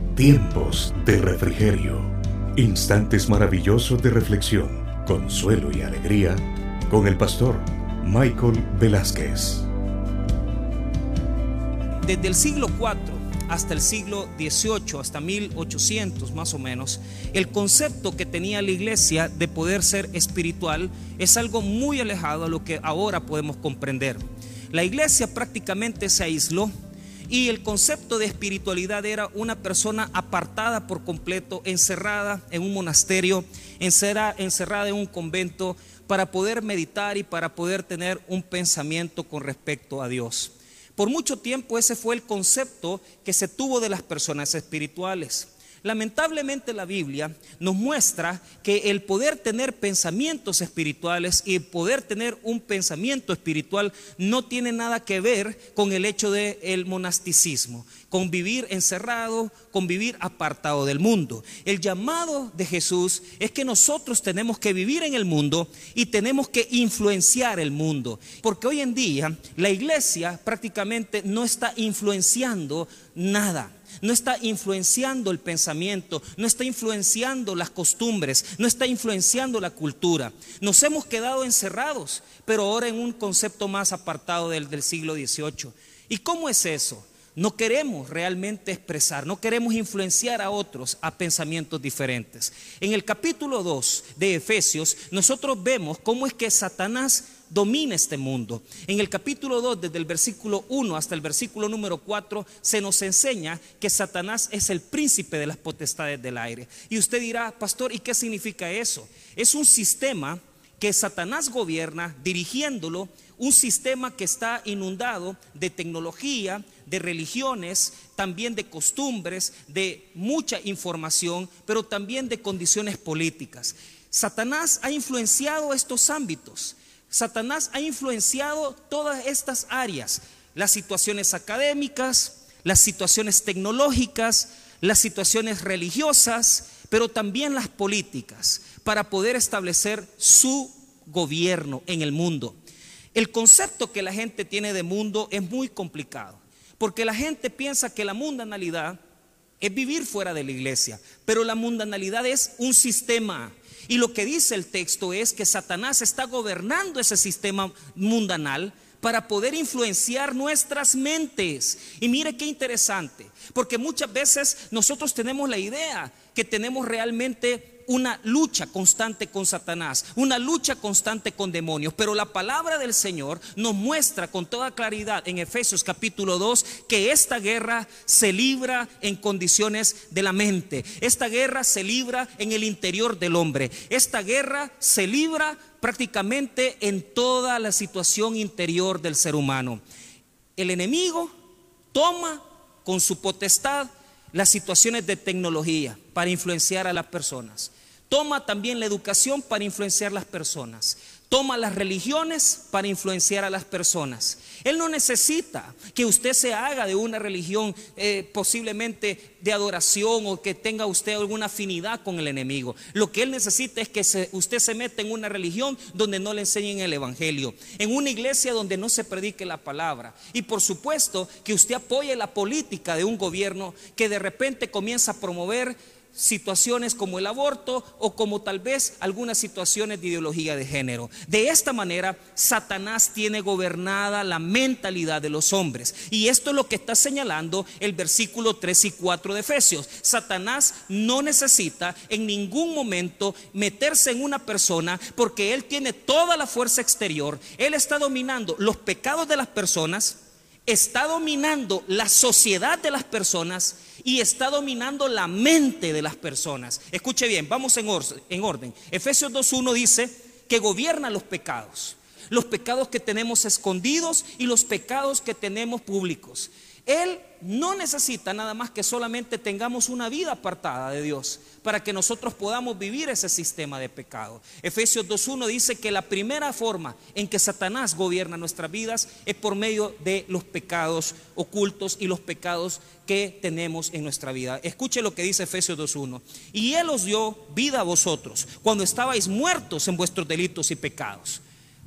Tiempos de refrigerio. Instantes maravillosos de reflexión, consuelo y alegría con el pastor Michael Velázquez. Desde el siglo IV hasta el siglo XVIII, hasta 1800 más o menos, el concepto que tenía la iglesia de poder ser espiritual es algo muy alejado a lo que ahora podemos comprender. La iglesia prácticamente se aisló y el concepto de espiritualidad era una persona apartada por completo, encerrada en un monasterio, encerrada en un convento, para poder meditar y para poder tener un pensamiento con respecto a Dios. Por mucho tiempo ese fue el concepto que se tuvo de las personas espirituales. Lamentablemente la Biblia nos muestra que el poder tener pensamientos espirituales y poder tener un pensamiento espiritual no tiene nada que ver con el hecho del monasticismo, con vivir encerrado, con vivir apartado del mundo. El llamado de Jesús es que nosotros tenemos que vivir en el mundo y tenemos que influenciar el mundo, porque hoy en día la iglesia prácticamente no está influenciando nada. No está influenciando el pensamiento, no está influenciando las costumbres, no está influenciando la cultura. Nos hemos quedado encerrados, pero ahora en un concepto más apartado del siglo XVIII. ¿Y cómo es eso? No queremos realmente expresar, no queremos influenciar a otros a pensamientos diferentes. En el capítulo 2 de Efesios, nosotros vemos cómo es que Satanás domina este mundo. En el capítulo 2, desde el versículo 1 hasta el versículo número 4, se nos enseña que Satanás es el príncipe de las potestades del aire. Y usted dirá, pastor, ¿y qué significa eso? Es un sistema que Satanás gobierna dirigiéndolo, un sistema que está inundado de tecnología, de religiones, también de costumbres, de mucha información, pero también de condiciones políticas. Satanás ha influenciado estos ámbitos. Satanás ha influenciado todas estas áreas, las situaciones académicas, las situaciones tecnológicas, las situaciones religiosas, pero también las políticas, para poder establecer su gobierno en el mundo. El concepto que la gente tiene de mundo es muy complicado, porque la gente piensa que la mundanalidad es vivir fuera de la iglesia, pero la mundanalidad es un sistema. Y lo que dice el texto es que Satanás está gobernando ese sistema mundanal para poder influenciar nuestras mentes. Y mire qué interesante, porque muchas veces nosotros tenemos la idea que tenemos realmente una lucha constante con Satanás, una lucha constante con demonios, pero la palabra del Señor nos muestra con toda claridad en Efesios capítulo 2 que esta guerra se libra en condiciones de la mente, esta guerra se libra en el interior del hombre, esta guerra se libra prácticamente en toda la situación interior del ser humano. El enemigo toma con su potestad las situaciones de tecnología para influenciar a las personas. Toma también la educación para influenciar a las personas. Toma las religiones para influenciar a las personas. Él no necesita que usted se haga de una religión posiblemente de adoración o que tenga usted alguna afinidad con el enemigo. Lo que él necesita es que usted se meta en una religión donde no le enseñen el evangelio, en una iglesia donde no se predique la palabra. Y por supuesto que usted apoye la política de un gobierno que de repente comienza a promover situaciones como el aborto o como tal vez algunas situaciones de ideología de género. De esta manera Satanás tiene gobernada la mentalidad de los hombres, y esto es lo que está señalando el versículo 3 y 4 de Efesios. Satanás no necesita en ningún momento meterse en una persona, porque él tiene toda la fuerza exterior. Él está dominando los pecados de las personas, está dominando la sociedad de las personas y está dominando la mente de las personas. Escuche bien, vamos en orden. Efesios 2:1 dice que gobierna los pecados que tenemos escondidos y los pecados que tenemos públicos. Él no necesita nada más que solamente tengamos una vida apartada de Dios para que nosotros podamos vivir ese sistema de pecado. Efesios 2:1 dice que la primera forma en que Satanás gobierna nuestras vidas es por medio de los pecados ocultos y los pecados que tenemos en nuestra vida. Escuche lo que dice Efesios 2:1. Y Él os dio vida a vosotros cuando estabais muertos en vuestros delitos y pecados.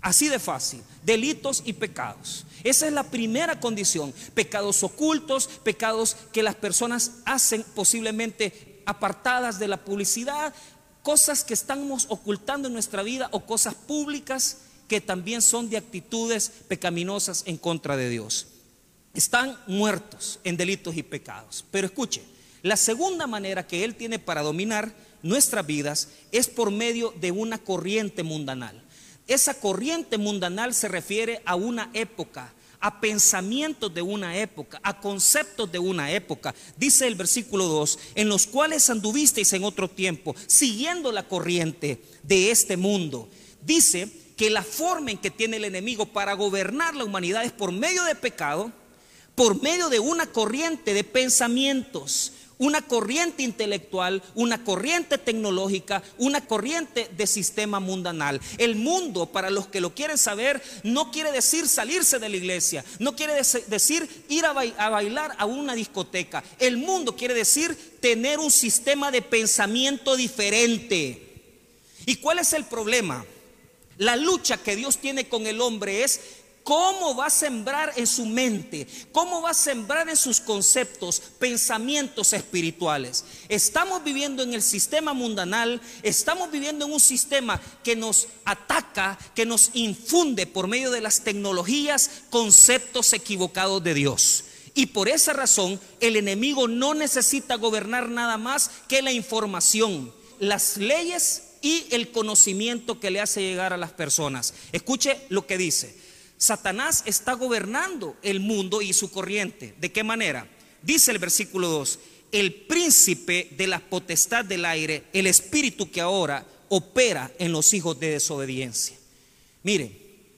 Así de fácil, delitos y pecados. Esa es la primera condición. Pecados ocultos, pecados que las personas hacen posiblemente apartadas de la publicidad, cosas que estamos ocultando en nuestra vida o cosas públicas que también son de actitudes pecaminosas en contra de Dios. Están muertos en delitos y pecados. Pero escuche, la segunda manera que Él tiene para dominar nuestras vidas es por medio de una corriente mundanal. Esa corriente mundanal se refiere a una época, a pensamientos de una época, a conceptos de una época. Dice el versículo 2, en los cuales anduvisteis en otro tiempo, siguiendo la corriente de este mundo. Dice que la forma en que tiene el enemigo para gobernar la humanidad es por medio de pecado, por medio de una corriente de pensamientos, una corriente intelectual, una corriente tecnológica, una corriente de sistema mundanal. El mundo, para los que lo quieren saber, no quiere decir salirse de la iglesia, no quiere decir ir a bailar a una discoteca. El mundo quiere decir tener un sistema de pensamiento diferente. ¿Y cuál es el problema? La lucha que Dios tiene con el hombre es cómo va a sembrar en su mente, cómo va a sembrar en sus conceptos, pensamientos espirituales. Estamos viviendo en el sistema mundanal, estamos viviendo en un sistema que nos ataca, que nos infunde por medio de las tecnologías conceptos equivocados de Dios. Y por esa razón el enemigo no necesita gobernar nada más que la información, las leyes y el conocimiento que le hace llegar a las personas. Escuche lo que dice. Satanás está gobernando el mundo y su corriente. ¿De qué manera? Dice el versículo 2, el príncipe de la potestad del aire, el espíritu que ahora opera en los hijos de desobediencia. Mire,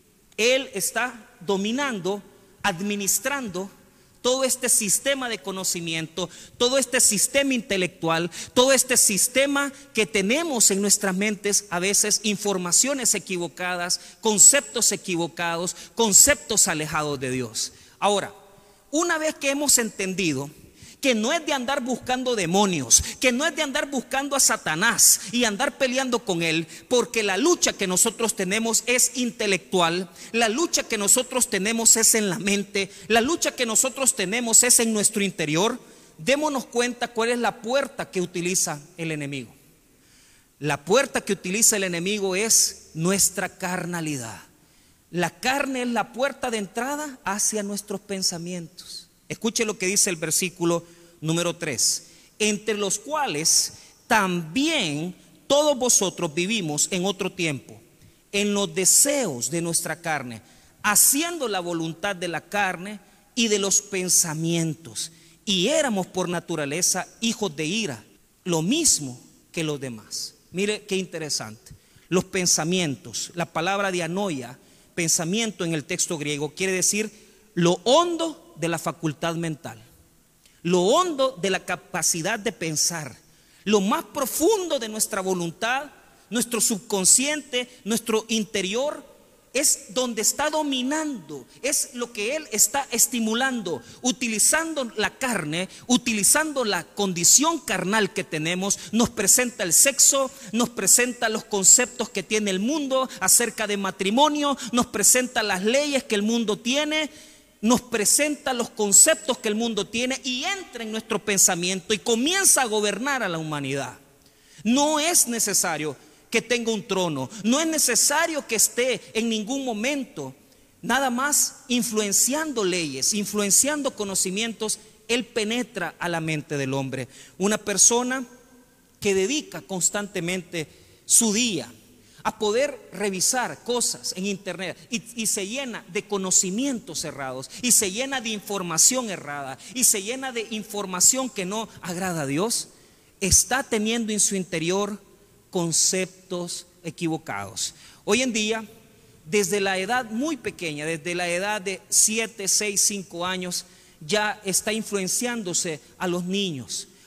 él está dominando, administrando todo este sistema de conocimiento, todo este sistema intelectual, todo este sistema que tenemos en nuestras mentes, a veces informaciones equivocadas, conceptos equivocados, conceptos alejados de Dios. Ahora, una vez que hemos entendido que no es de andar buscando demonios, que no es de andar buscando a Satanás y andar peleando con él, porque la lucha que nosotros tenemos es intelectual, la lucha que nosotros tenemos es en la mente, la lucha que nosotros tenemos es en nuestro interior. Démonos cuenta cuál es la puerta que utiliza el enemigo. La puerta que utiliza el enemigo es nuestra carnalidad. La carne es la puerta de entrada hacia nuestros pensamientos. Escuche lo que dice el versículo número 3. Entre los cuales también todos vosotros vivimos en otro tiempo, en los deseos de nuestra carne, haciendo la voluntad de la carne y de los pensamientos. Y éramos por naturaleza hijos de ira, lo mismo que los demás. Mire qué interesante. Los pensamientos, la palabra dianoia, pensamiento en el texto griego, quiere decir lo hondo de la facultad mental, lo hondo de la capacidad de pensar, lo más profundo de nuestra voluntad, nuestro subconsciente, nuestro interior, es donde está dominando, es lo que Él está estimulando, utilizando la carne, utilizando la condición carnal que tenemos. Nos presenta el sexo, nos presenta los conceptos que tiene el mundo acerca de matrimonio, nos presenta las leyes que el mundo tiene, nos presenta los conceptos que el mundo tiene y entra en nuestro pensamiento y comienza a gobernar a la humanidad. No es necesario que tenga un trono, no es necesario que esté en ningún momento nada más influenciando leyes, influenciando conocimientos. Él penetra a la mente del hombre. Una persona que dedica constantemente su día a poder revisar cosas en internet y se llena de conocimientos errados, y se llena de información errada, y se llena de información que no agrada a Dios, está teniendo en su interior conceptos equivocados. Hoy en día, desde la edad muy pequeña, desde la edad de 7, 6, 5 años, ya está influenciándose a los niños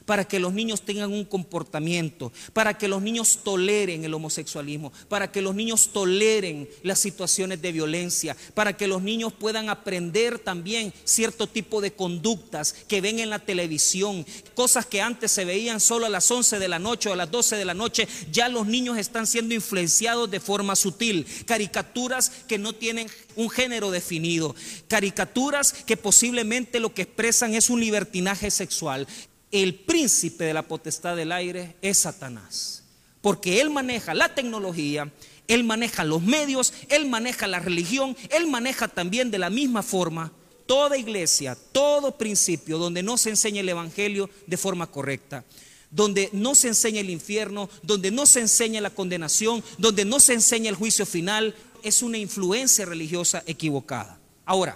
para que los niños tengan un comportamiento, para que los niños toleren el homosexualismo, para que los niños toleren las situaciones de violencia, para que los niños puedan aprender también cierto tipo de conductas que ven en la televisión, cosas que antes se veían solo a las 11 de la noche o a las 12 de la noche, ya los niños están siendo influenciados de forma sutil. Caricaturas que no tienen un género definido, caricaturas que posiblemente lo que expresan es un libertinaje sexual. El príncipe de la potestad del aire es Satanás, porque él maneja la tecnología, él maneja los medios, él maneja la religión, él maneja también de la misma forma toda iglesia, todo principio donde no se enseña el evangelio de forma correcta, donde no se enseña el infierno, donde no se enseña la condenación, donde no se enseña el juicio final. Es una influencia religiosa equivocada. Ahora,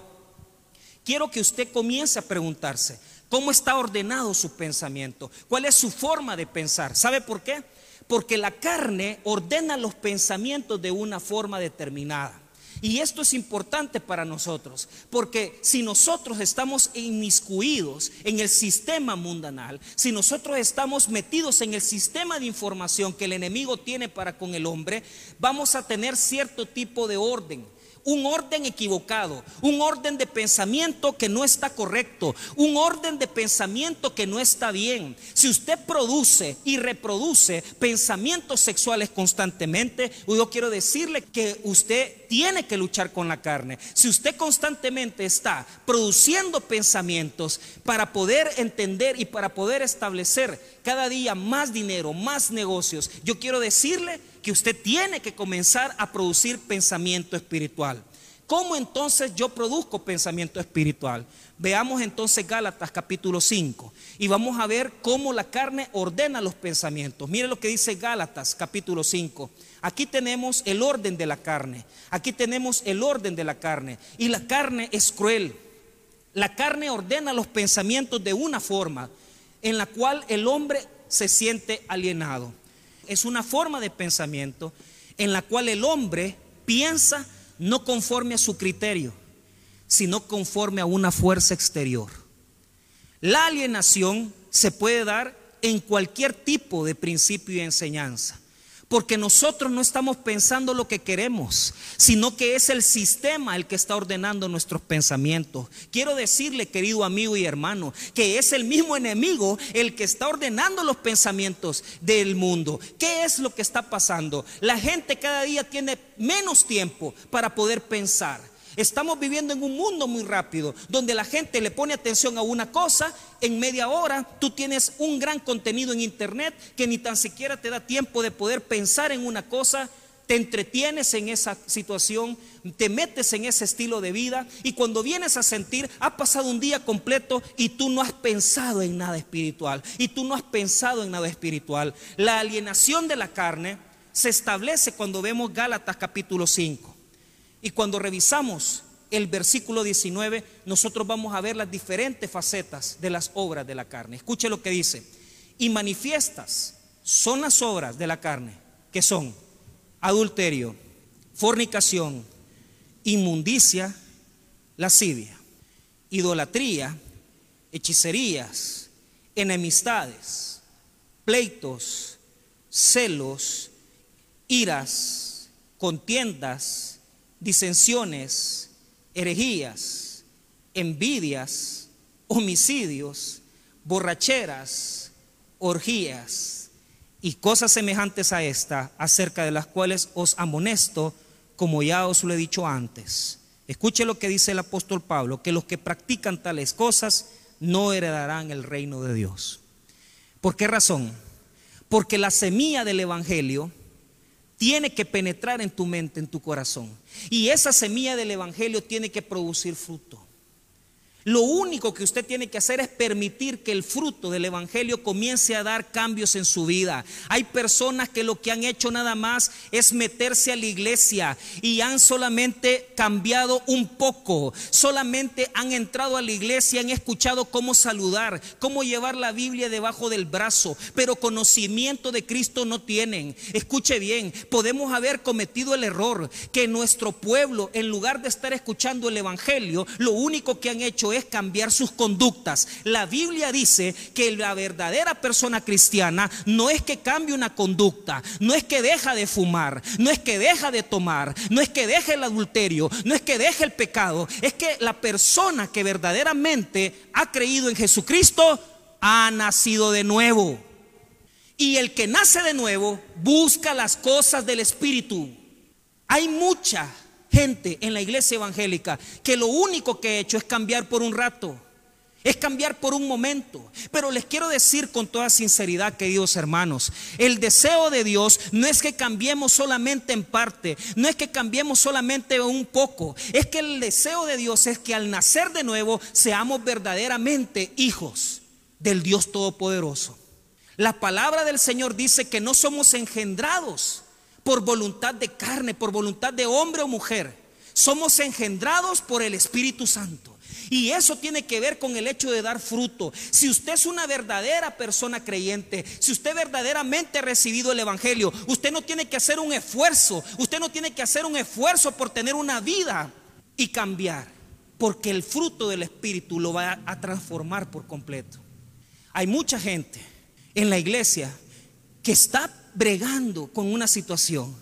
quiero que usted comience a preguntarse: ¿cómo está ordenado su pensamiento? ¿Cuál es su forma de pensar? ¿Sabe por qué? Porque la carne ordena los pensamientos de una forma determinada. Y esto es importante para nosotros, porque si nosotros estamos inmiscuidos en el sistema mundanal, si nosotros estamos metidos en el sistema de información que el enemigo tiene para con el hombre, vamos a tener cierto tipo de orden. Un orden equivocado, un orden de pensamiento que no está correcto, un orden de pensamiento que no está bien. Si usted produce y reproduce pensamientos sexuales constantemente, yo quiero decirle que usted tiene que luchar con la carne. Si usted constantemente está produciendo pensamientos para poder entender y para poder establecer cada día más dinero, más negocios, yo quiero decirle que usted tiene que comenzar a producir pensamiento espiritual. ¿Cómo entonces yo produzco pensamiento espiritual? Veamos entonces Gálatas capítulo 5 y vamos a ver cómo la carne ordena los pensamientos. Mire lo que dice Gálatas capítulo 5. Aquí tenemos el orden de la carne. Aquí tenemos el orden de la carne. Y la carne es cruel. La carne ordena los pensamientos de una forma en la cual el hombre se siente alienado. Es una forma de pensamiento en la cual el hombre piensa no conforme a su criterio, sino conforme a una fuerza exterior. La alienación se puede dar en cualquier tipo de principio y enseñanza, porque nosotros no estamos pensando lo que queremos, sino que es el sistema el que está ordenando nuestros pensamientos. Quiero decirle, querido amigo y hermano, que es el mismo enemigo el que está ordenando los pensamientos del mundo. ¿Qué es lo que está pasando? La gente cada día tiene menos tiempo para poder pensar. Estamos viviendo en un mundo muy rápido, donde la gente le pone atención a una cosa. En media hora tú tienes un gran contenido en internet que ni tan siquiera te da tiempo de poder pensar en una cosa. Te entretienes en esa situación, te metes en ese estilo de vida, y cuando vienes a sentir, ha pasado un día completo y tú no has pensado en nada espiritual. La alienación de la carne se establece cuando vemos Gálatas capítulo 5. Y cuando revisamos el versículo 19, nosotros vamos a ver las diferentes facetas de las obras de la carne. Escuche lo que dice: y manifiestas son las obras de la carne, que son adulterio, fornicación, inmundicia, lascivia, idolatría, hechicerías, enemistades, pleitos, celos, iras, contiendas, disensiones, herejías, envidias, homicidios, borracheras, orgías y cosas semejantes a esta, acerca de las cuales os amonesto, como ya os lo he dicho antes. Escuche lo que dice el apóstol Pablo: que los que practican tales cosas no heredarán el reino de Dios. ¿Por qué razón? Porque la semilla del evangelio tiene que penetrar en tu mente, en tu corazón, y esa semilla del evangelio tiene que producir fruto. Lo único que usted tiene que hacer es permitir que el fruto del evangelio comience a dar cambios en su vida. Hay personas que lo que han hecho nada más es meterse a la iglesia y han solamente cambiado un poco, solamente han entrado a la iglesia, han escuchado cómo saludar, cómo llevar la Biblia debajo del brazo, pero conocimiento de Cristo no tienen. Escuche bien, podemos haber cometido el error que nuestro pueblo, en lugar de estar escuchando el evangelio, lo único que han hecho hecho es cambiar sus conductas. La Biblia dice que la verdadera persona cristiana no es que cambie una conducta, no es que deja de fumar, no es que deja de tomar, no es que deje el adulterio, no es que deje el pecado. Es que la persona que verdaderamente ha creído en Jesucristo ha nacido de nuevo. Y el que nace de nuevo busca las cosas del Espíritu. Hay mucha gente en la iglesia evangélica que lo único que ha hecho es cambiar por un rato, es cambiar por un momento. Pero les quiero decir con toda sinceridad, queridos hermanos, el deseo de Dios no es que cambiemos solamente en parte, no es que cambiemos solamente un poco. Es que el deseo de Dios es que al nacer de nuevo seamos verdaderamente hijos del Dios Todopoderoso. La palabra del Señor dice que no somos engendrados por voluntad de carne, por voluntad de hombre o mujer. Somos engendrados por el Espíritu Santo. Y eso tiene que ver con el hecho de dar fruto. Si usted es una verdadera persona creyente, si usted verdaderamente ha recibido el Evangelio, usted no tiene que hacer un esfuerzo. Usted no tiene que hacer un esfuerzo por tener una vida y cambiar, porque el fruto del Espíritu lo va a transformar por completo. Hay mucha gente en la iglesia que está bregando con una situación,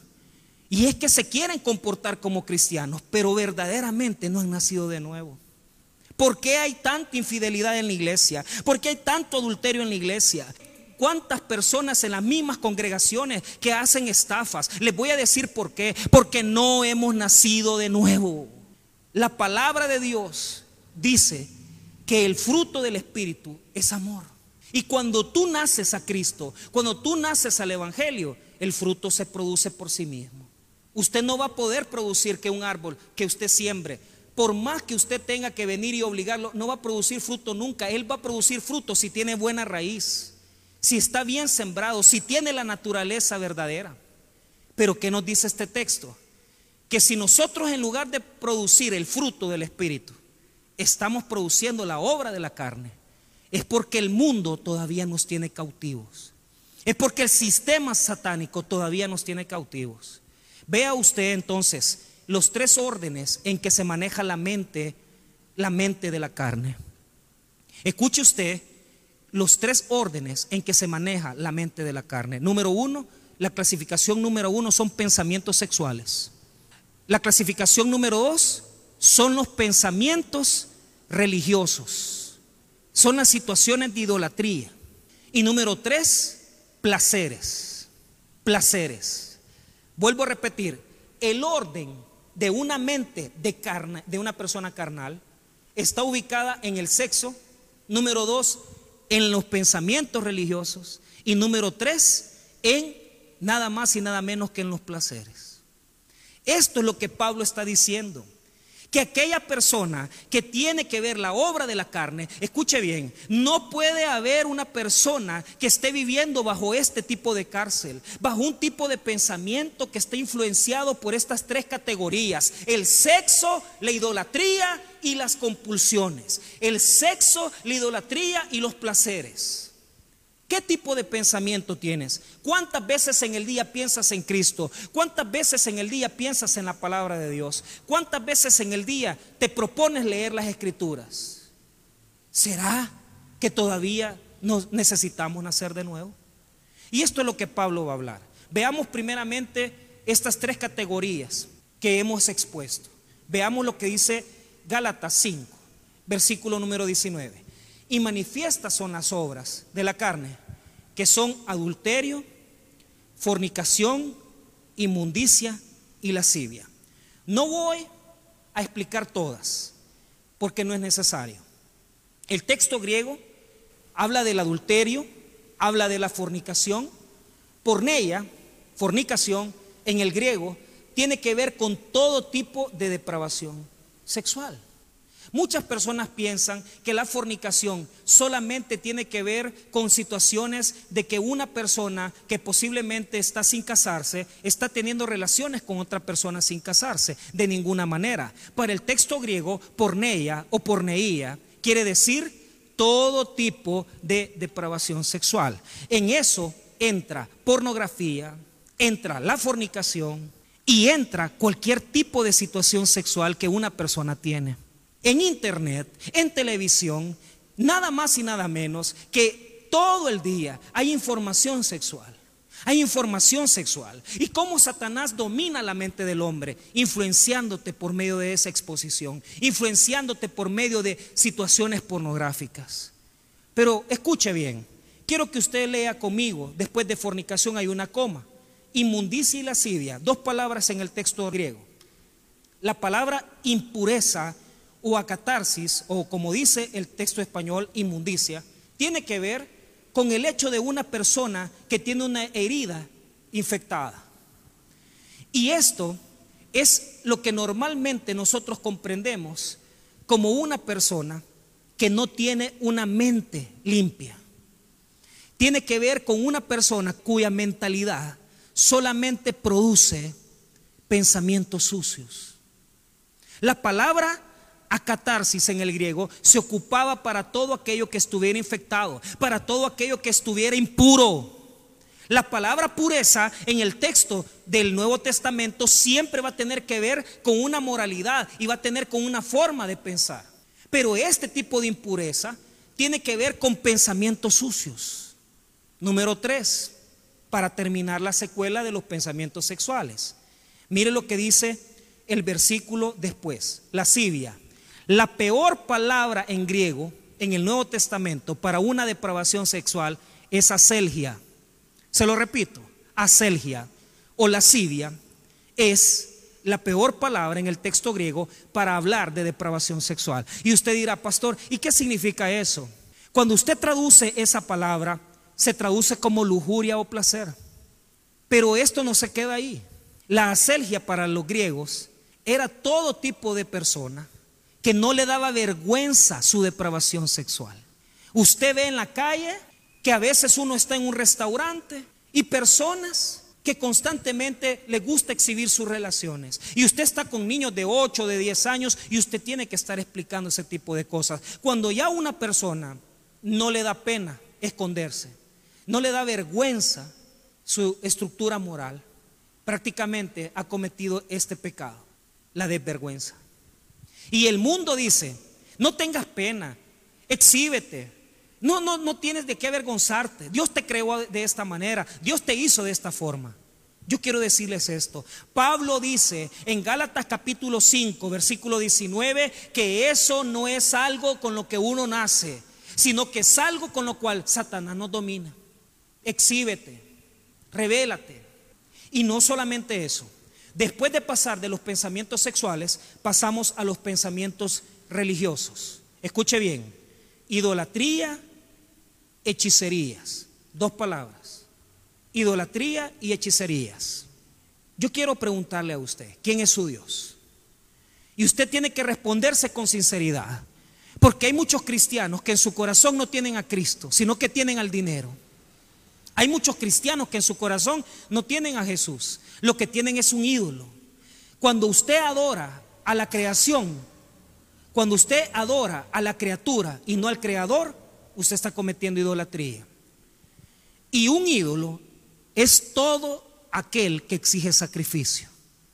y es que se quieren comportar como cristianos, pero verdaderamente no han nacido de nuevo. ¿Por qué hay tanta infidelidad en la iglesia? ¿Por qué hay tanto adulterio en la iglesia? ¿Cuántas personas en las mismas congregaciones que hacen estafas? Les voy a decir por qué. Porque no hemos nacido de nuevo. La palabra de Dios dice que el fruto del Espíritu es amor. Y cuando tú naces a Cristo, cuando tú naces al Evangelio, el fruto se produce por sí mismo. Usted no va a poder producir que un árbol que usted siembre, por más que usted tenga que venir y obligarlo, no va a producir fruto nunca. Él va a producir fruto si tiene buena raíz, si está bien sembrado, si tiene la naturaleza verdadera. Pero ¿qué nos dice este texto? Que si nosotros, en lugar de producir el fruto del Espíritu, estamos produciendo la obra de la carne, es porque el mundo todavía nos tiene cautivos. Es porque el sistema satánico todavía nos tiene cautivos. Vea usted entonces los tres órdenes en que se maneja la mente de la carne. Escuche usted los tres órdenes en que se maneja la mente de la carne. Número uno, la clasificación número uno son pensamientos sexuales. La clasificación número dos son los pensamientos religiosos. Son las situaciones de idolatría. Y número tres, placeres. Placeres. Vuelvo a repetir, el orden de una mente de carne, de una persona carnal, está ubicada en el sexo. Número dos, en los pensamientos religiosos. Y número tres, en nada más y nada menos que en los placeres. Esto es lo que Pablo está diciendo. Que aquella persona que tiene que ver la obra de la carne, escuche bien, no puede haber una persona que esté viviendo bajo este tipo de cárcel, bajo un tipo de pensamiento que esté influenciado por estas tres categorías: el sexo, la idolatría y las compulsiones. El sexo, la idolatría y los placeres. ¿Qué tipo de pensamiento tienes? ¿Cuántas veces en el día piensas en Cristo? ¿Cuántas veces en el día piensas en la palabra de Dios? ¿Cuántas veces en el día te propones leer las Escrituras? ¿Será que todavía necesitamos nacer de nuevo? Y esto es lo que Pablo va a hablar. Veamos primeramente estas tres categorías que hemos expuesto. Veamos lo que dice Gálatas 5, versículo número 19. Y manifiestas son las obras de la carne, que son adulterio, fornicación, inmundicia y lascivia. No voy a explicar todas, porque no es necesario. El texto griego habla del adulterio, habla de la fornicación. Porneia, fornicación, en el griego, tiene que ver con todo tipo de depravación sexual. Muchas personas piensan que la fornicación solamente tiene que ver con situaciones de que una persona que posiblemente está sin casarse está teniendo relaciones con otra persona sin casarse. De ninguna manera. Para el texto griego, porneia o porneía quiere decir todo tipo de depravación sexual. En eso entra pornografía, entra la fornicación y entra cualquier tipo de situación sexual que una persona tiene. en internet, en televisión, nada más y nada menos que todo el día hay información sexual. Hay información sexual. Y cómo Satanás domina la mente del hombre, influenciándote por medio de esa exposición, influenciándote por medio de situaciones pornográficas. Pero escuche bien, quiero que usted lea conmigo, después de fornicación hay una coma. Inmundicia y lascivia, dos palabras en el texto griego. La palabra impureza o acatarsis, o como dice el texto español, inmundicia, tiene que ver con el hecho de una persona que tiene una herida infectada. Y esto es lo que normalmente nosotros comprendemos como una persona que no tiene una mente limpia. Tiene que ver con una persona cuya mentalidad solamente produce pensamientos sucios. La palabra acatarsis en el griego se ocupaba para todo aquello que estuviera infectado, para todo aquello que estuviera impuro. La palabra pureza en el texto del Nuevo Testamento siempre va a tener que ver con una moralidad y va a tener con una forma de pensar. Pero este tipo de impureza tiene que ver con pensamientos sucios. Número 3, para terminar la secuela de los pensamientos sexuales. Mire lo que dice el versículo después, lascivia. La peor palabra en griego en el Nuevo Testamento para una depravación sexual es aselgia. Se lo repito, aselgia o lascivia es la peor palabra en el texto griego para hablar de depravación sexual. Y usted dirá, pastor, ¿y qué significa eso? Cuando usted traduce esa palabra, se traduce como lujuria o placer. Pero esto no se queda ahí. La aselgia para los griegos era todo tipo de persona que no le daba vergüenza su depravación sexual. Usted ve en la calle que a veces uno está en un restaurante y personas que constantemente le gusta exhibir sus relaciones. Y usted está con niños de 8, de 10 años y usted tiene que estar explicando ese tipo de cosas. Cuando ya una persona no le da pena esconderse, no le da vergüenza su estructura moral, prácticamente ha cometido este pecado, la desvergüenza. Y el mundo dice, no tengas pena, exhíbete, no tienes de qué avergonzarte. Dios te creó de esta manera, Dios te hizo de esta forma. Yo quiero decirles esto. Pablo dice en Gálatas capítulo 5 versículo 19 que eso no es algo con lo que uno nace, sino que es algo con lo cual Satanás nos domina. Exhíbete, revélate. Y no solamente eso. Después de pasar de los pensamientos sexuales, pasamos a los pensamientos religiosos. Escuche bien, idolatría, hechicerías, dos palabras, idolatría y hechicerías. Yo quiero preguntarle a usted, ¿quién es su Dios? Y usted tiene que responderse con sinceridad, porque hay muchos cristianos que en su corazón no tienen a Cristo, sino que tienen al dinero. Hay muchos cristianos que en su corazón no tienen a Jesús, lo que tienen es un ídolo. Cuando usted adora a la creación, cuando usted adora a la criatura y no al creador, usted está cometiendo idolatría. Y un ídolo es todo aquel que exige sacrificio.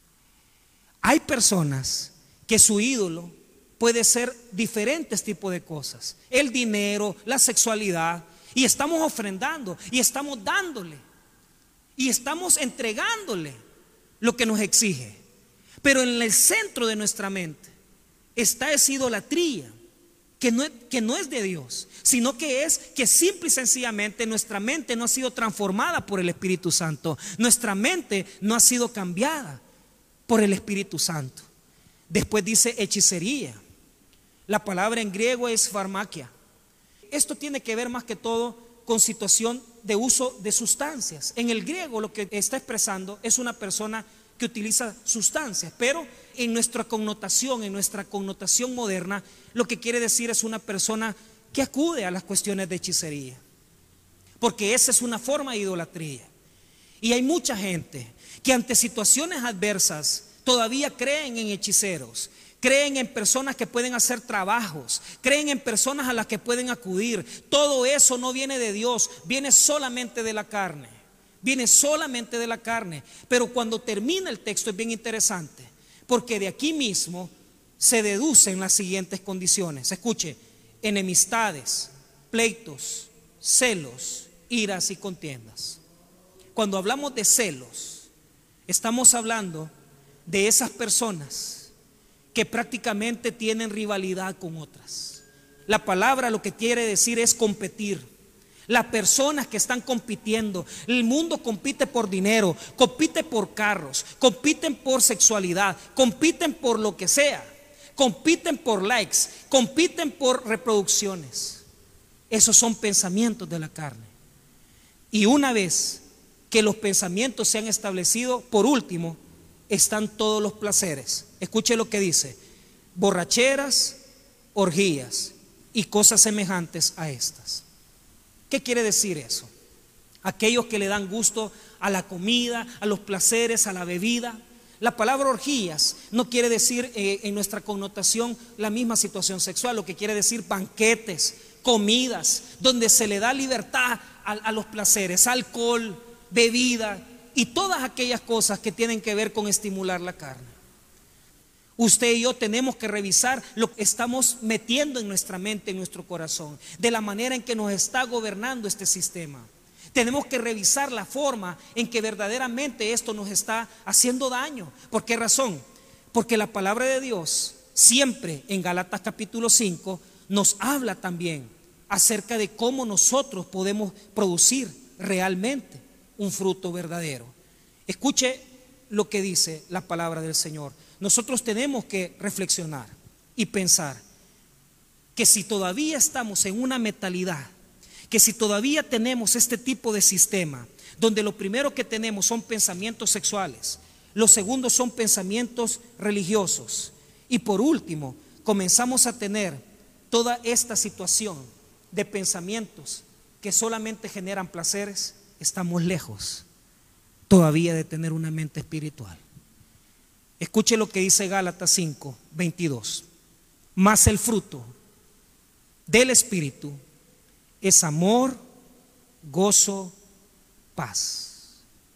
Hay personas que su ídolo puede ser diferentes tipos de cosas, el dinero, la sexualidad. Y estamos ofrendando y estamos dándole y estamos entregándole lo que nos exige. Pero en el centro de nuestra mente está esa idolatría que no es de Dios, sino que es que simple y sencillamente nuestra mente no ha sido transformada por el Espíritu Santo. Nuestra mente no ha sido cambiada por el Espíritu Santo. Después dice hechicería. La palabra en griego es farmakia. Esto tiene que ver más que todo con situación de uso de sustancias. En el griego lo que está expresando es una persona que utiliza sustancias, pero en nuestra connotación moderna, lo que quiere decir es una persona que acude a las cuestiones de hechicería, porque esa es una forma de idolatría. Y hay mucha gente que ante situaciones adversas todavía creen en hechiceros, creen en personas que pueden hacer trabajos, creen en personas a las que pueden acudir. Todo eso no viene de Dios, viene solamente de la carne. Viene solamente de la carne. Pero cuando termina el texto es bien interesante, porque de aquí mismo se deducen las siguientes condiciones. Escuche: enemistades, pleitos, celos, iras y contiendas. Cuando hablamos de celos, estamos hablando de esas personas que prácticamente tienen rivalidad con otras. La palabra lo que quiere decir es competir. Las personas que están compitiendo, el mundo compite por dinero, compite por carros, compiten por sexualidad, compiten por lo que sea, compiten por likes, compiten por reproducciones. Esos son pensamientos de la carne. Y una vez que los pensamientos se han establecido, por último, están todos los placeres. Escuche lo que dice: borracheras, orgías y cosas semejantes a estas. ¿Qué quiere decir eso? Aquellos que le dan gusto a la comida, a los placeres, a la bebida. La palabra orgías no quiere decir en nuestra connotación la misma situación sexual. Lo que quiere decir banquetes, comidas, donde se le da libertad a los placeres, alcohol, bebida y todas aquellas cosas que tienen que ver con estimular la carne. Usted y yo tenemos que revisar lo que estamos metiendo en nuestra mente, en nuestro corazón, de la manera en que nos está gobernando este sistema. Tenemos que revisar la forma en que verdaderamente esto nos está haciendo daño. ¿Por qué razón? Porque la palabra de Dios siempre en Gálatas capítulo 5 nos habla también acerca de cómo nosotros podemos producir realmente un fruto verdadero. Escuche lo que dice la palabra del Señor. Nosotros tenemos que reflexionar y pensar que si todavía estamos en una mentalidad, que si todavía tenemos este tipo de sistema, donde lo primero que tenemos son pensamientos sexuales, los segundos son pensamientos religiosos, y por último comenzamos a tener toda esta situación de pensamientos que solamente generan placeres, estamos lejos todavía de tener una mente espiritual. Escuche lo que dice Gálatas 5:22. Mas el fruto del Espíritu es amor, gozo, paz.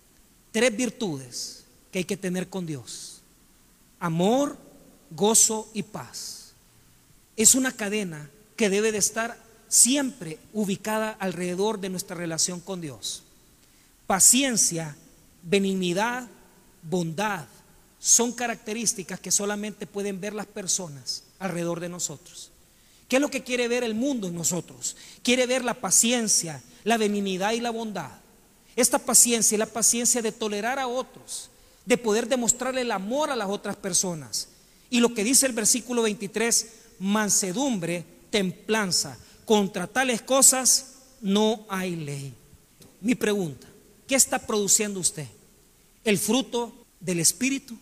3 virtudes que hay que tener con Dios: amor, gozo y paz. Es una cadena que debe de estar siempre ubicada alrededor de nuestra relación con Dios. Paciencia, benignidad, bondad son características que solamente pueden ver las personas alrededor de nosotros. ¿Qué es lo que quiere ver el mundo en nosotros? Quiere ver la paciencia, la benignidad y la bondad. Esta paciencia es la paciencia de tolerar a otros, de poder demostrarle el amor a las otras personas. Y lo que dice el versículo 23, mansedumbre, templanza, contra tales cosas no hay ley. Mi pregunta: ¿qué está produciendo usted? ¿El fruto del Espíritu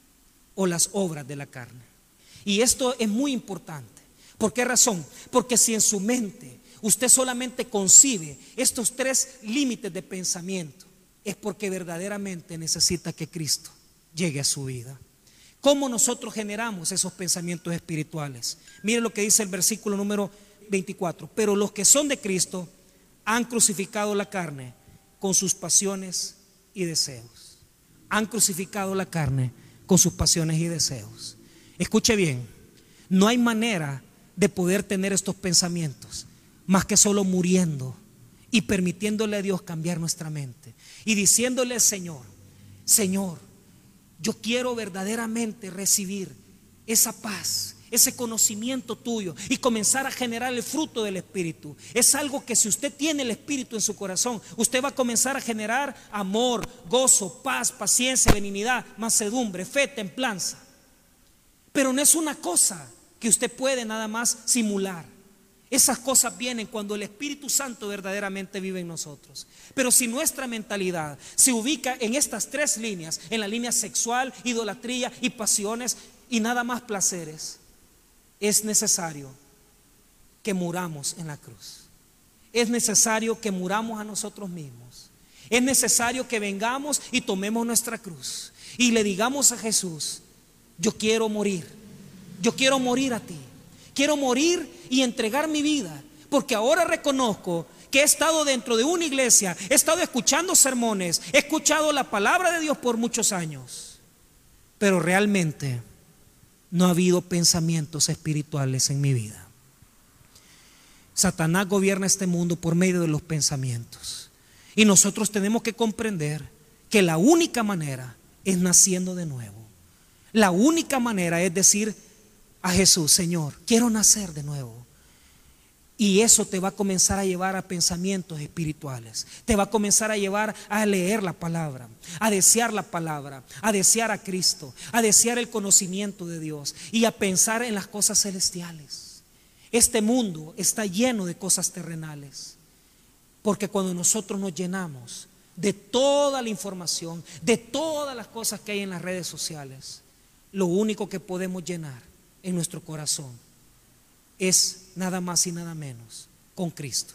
o las obras de la carne? Y esto es muy importante. ¿Por qué razón? Porque si en su mente usted solamente concibe estos 3 límites de pensamiento, es porque verdaderamente necesita que Cristo llegue a su vida. ¿Cómo nosotros generamos esos pensamientos espirituales? Mire lo que dice el versículo número 24. Pero los que son de Cristo han crucificado la carne con sus pasiones y deseos. Han crucificado la carne con sus pasiones y deseos. Escuche bien, no hay manera de poder tener estos pensamientos más que solo muriendo y permitiéndole a Dios cambiar nuestra mente y diciéndole: Señor, yo quiero verdaderamente recibir esa paz, ese conocimiento tuyo y comenzar a generar el fruto del Espíritu. Es algo que si usted tiene el Espíritu en su corazón, usted va a comenzar a generar amor, gozo, paz, paciencia, benignidad, mansedumbre, fe, templanza. Pero no es una cosa que usted puede nada más simular. Esas cosas vienen cuando el Espíritu Santo verdaderamente vive en nosotros. Pero si nuestra mentalidad se ubica en estas 3 líneas, en la línea sexual, idolatría y pasiones y nada más placeres, es necesario que muramos en la cruz. Es necesario que muramos a nosotros mismos. Es necesario que vengamos y tomemos nuestra cruz y le digamos a Jesús: yo quiero morir a ti. Quiero morir y entregar mi vida, porque ahora reconozco que he estado dentro de una iglesia, he estado escuchando sermones, he escuchado la palabra de Dios por muchos años, pero realmente no ha habido pensamientos espirituales en mi vida. Satanás gobierna este mundo por medio de los pensamientos. Y nosotros tenemos que comprender que la única manera es naciendo de nuevo. La única manera es decir a Jesús: Señor, quiero nacer de nuevo. Y eso te va a comenzar a llevar a pensamientos espirituales. Te va a comenzar a llevar a leer la palabra, a desear la palabra, a desear a Cristo, a desear el conocimiento de Dios y a pensar en las cosas celestiales. Este mundo está lleno de cosas terrenales, porque cuando nosotros nos llenamos de toda la información, de todas las cosas que hay en las redes sociales, lo único que podemos llenar en nuestro corazón es nada más y nada menos con Cristo.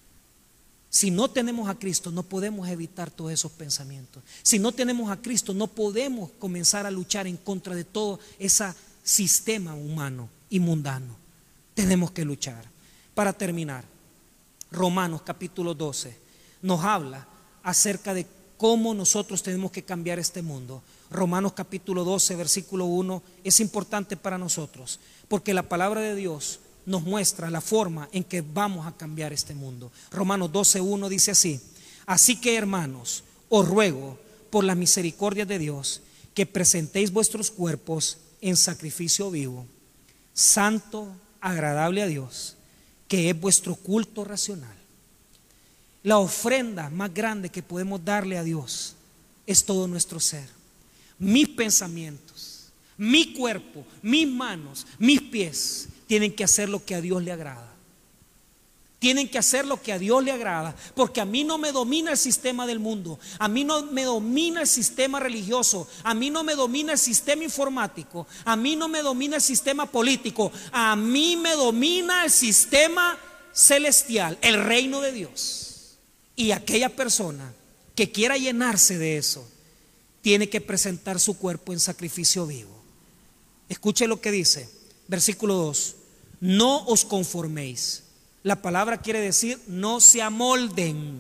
Si no tenemos a Cristo, no podemos evitar todos esos pensamientos. Si no tenemos a Cristo, no podemos comenzar a luchar en contra de todo ese sistema humano y mundano. Tenemos que luchar. Para terminar, Romanos capítulo 12 nos habla acerca de cómo nosotros tenemos que cambiar este mundo. Romanos capítulo 12 versículo 1 es importante para nosotros, porque la palabra de Dios nos muestra la forma en que vamos a cambiar este mundo. Romanos 12:1 dice así: así que, hermanos, os ruego por la misericordia de Dios que presentéis vuestros cuerpos en sacrificio vivo, santo, agradable a Dios, que es vuestro culto racional. La ofrenda más grande que podemos darle a Dios es todo nuestro ser. Mis pensamientos, mi cuerpo, mis manos, mis pies tienen que hacer lo que a Dios le agrada. Tienen que hacer lo que a Dios le agrada, porque a mí no me domina el sistema del mundo, a mí no me domina el sistema religioso, a mí no me domina el sistema informático, a mí no me domina el sistema político, a mí me domina el sistema celestial, el reino de Dios. Y aquella persona que quiera llenarse de eso tiene que presentar su cuerpo en sacrificio vivo. Escuche lo que dice, versículo 2: no os conforméis. La palabra quiere decir no se amolden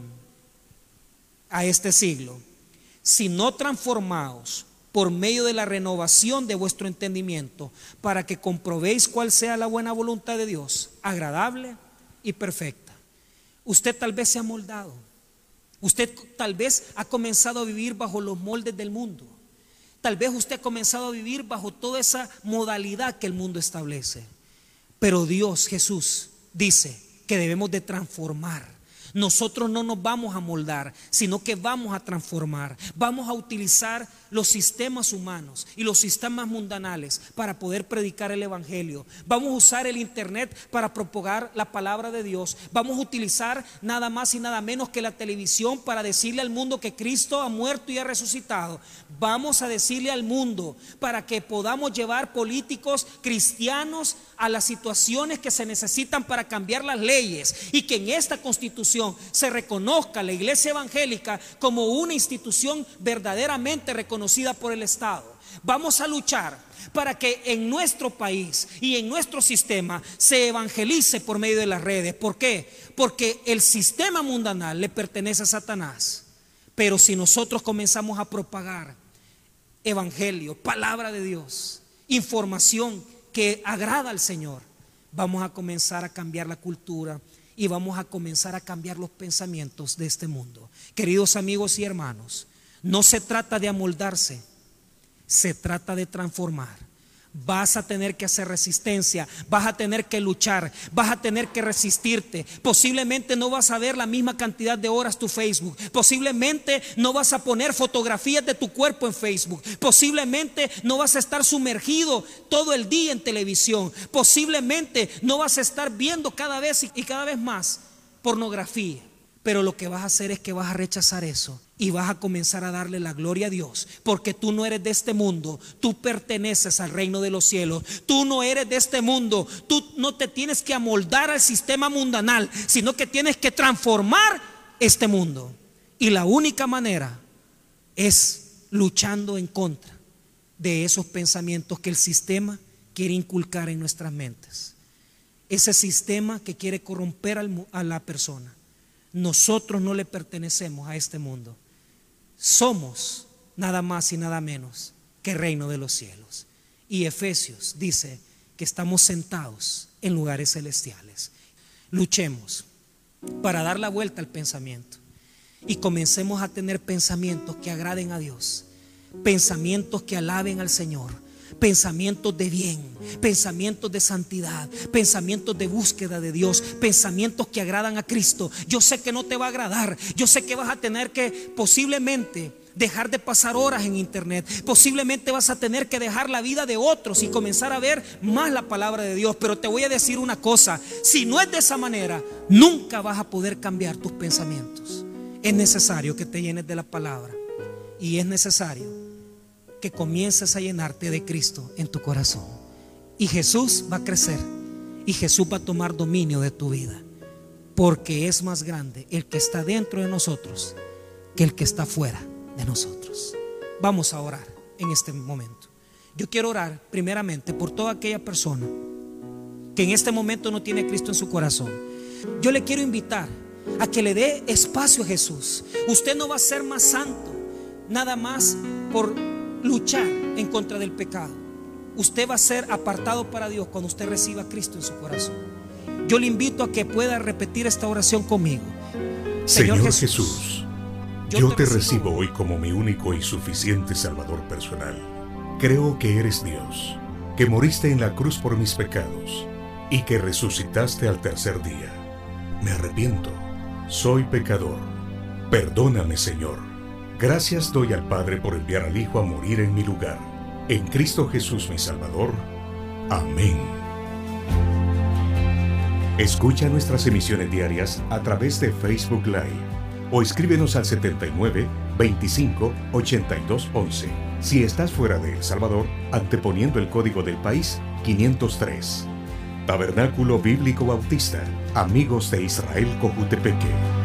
a este siglo, sino transformaos por medio de la renovación de vuestro entendimiento, para que comprobéis cuál sea la buena voluntad de Dios, agradable y perfecta. Usted tal vez se ha moldado, usted tal vez ha comenzado a vivir bajo los moldes del mundo, tal vez usted ha comenzado a vivir bajo toda esa modalidad que el mundo establece. Pero Dios, Jesús, dice que debemos de transformar. Nosotros no nos vamos a moldar, sino que vamos a transformar. Vamos a utilizar los sistemas humanos y los sistemas mundanales para poder predicar el evangelio. Vamos a usar el internet para propagar la palabra de Dios. Vamos a utilizar nada más y nada menos que la televisión para decirle al mundo que Cristo ha muerto y ha resucitado. Vamos a decirle al mundo para que podamos llevar políticos cristianos a las situaciones que se necesitan para cambiar las leyes, y que en esta constitución se reconozca la iglesia evangélica como una institución verdaderamente reconocida por el Estado. Vamos a luchar para que en nuestro país y en nuestro sistema se evangelice por medio de las redes. ¿Por qué? Porque el sistema mundanal le pertenece a Satanás. Pero si nosotros comenzamos a propagar evangelio, palabra de Dios, información que agrada al Señor, vamos a comenzar a cambiar la cultura y vamos a comenzar a cambiar los pensamientos de este mundo. Queridos amigos y hermanos, no se trata de amoldarse, se trata de transformar. Vas a tener que hacer resistencia, vas a tener que luchar, vas a tener que resistirte. Posiblemente no vas a ver la misma cantidad de horas tu Facebook, posiblemente no vas a poner fotografías de tu cuerpo en Facebook, posiblemente no vas a estar sumergido todo el día en televisión, posiblemente no vas a estar viendo cada vez y cada vez más pornografía. Pero lo que vas a hacer es que vas a rechazar eso y vas a comenzar a darle la gloria a Dios, porque tú no eres de este mundo, tú perteneces al reino de los cielos. Tú no eres de este mundo, tú no te tienes que amoldar al sistema mundanal, sino que tienes que transformar este mundo. Y la única manera es luchando en contra de esos pensamientos que el sistema quiere inculcar en nuestras mentes. Ese sistema que quiere corromper a la persona. Nosotros no le pertenecemos a este mundo. Somos nada más y nada menos que reino de los cielos. Y Efesios dice que estamos sentados en lugares celestiales. Luchemos para dar la vuelta al pensamiento y comencemos a tener pensamientos que agraden a Dios, pensamientos que alaben al Señor, pensamientos de bien, pensamientos de santidad, pensamientos de búsqueda de Dios, pensamientos que agradan a Cristo. Yo sé que no te va a agradar, yo sé que vas a tener que posiblemente dejar de pasar horas en internet, posiblemente vas a tener que dejar la vida de otros y comenzar a ver más la palabra de Dios. Pero te voy a decir una cosa: si no es de esa manera, nunca vas a poder cambiar tus pensamientos. Es necesario que te llenes de la palabra y es necesario que comiences a llenarte de Cristo en tu corazón, y Jesús va a crecer y Jesús va a tomar dominio de tu vida, porque es más grande el que está dentro de nosotros que el que está fuera de nosotros. Vamos a orar en este momento. Yo quiero orar primeramente por toda aquella persona que en este momento no tiene a Cristo en su corazón. Yo le quiero invitar a que le dé espacio a Jesús. Usted no va a ser más santo nada más por luchar en contra del pecado. Usted va a ser apartado para Dios cuando usted reciba a Cristo en su corazón. Yo le invito a que pueda repetir esta oración conmigo. Señor Jesús, yo te recibo hoy como mi único y suficiente Salvador personal. Creo que eres Dios, que moriste en la cruz por mis pecados y que resucitaste al tercer día. Me arrepiento, soy pecador. Perdóname, Señor. Gracias doy al Padre por enviar al Hijo a morir en mi lugar. En Cristo Jesús mi Salvador. Amén. Escucha nuestras emisiones diarias a través de Facebook Live o escríbenos al 79 25 82 11. Si estás fuera de El Salvador, anteponiendo el código del país 503. Tabernáculo Bíblico Bautista, Amigos de Israel, Cojutepeque.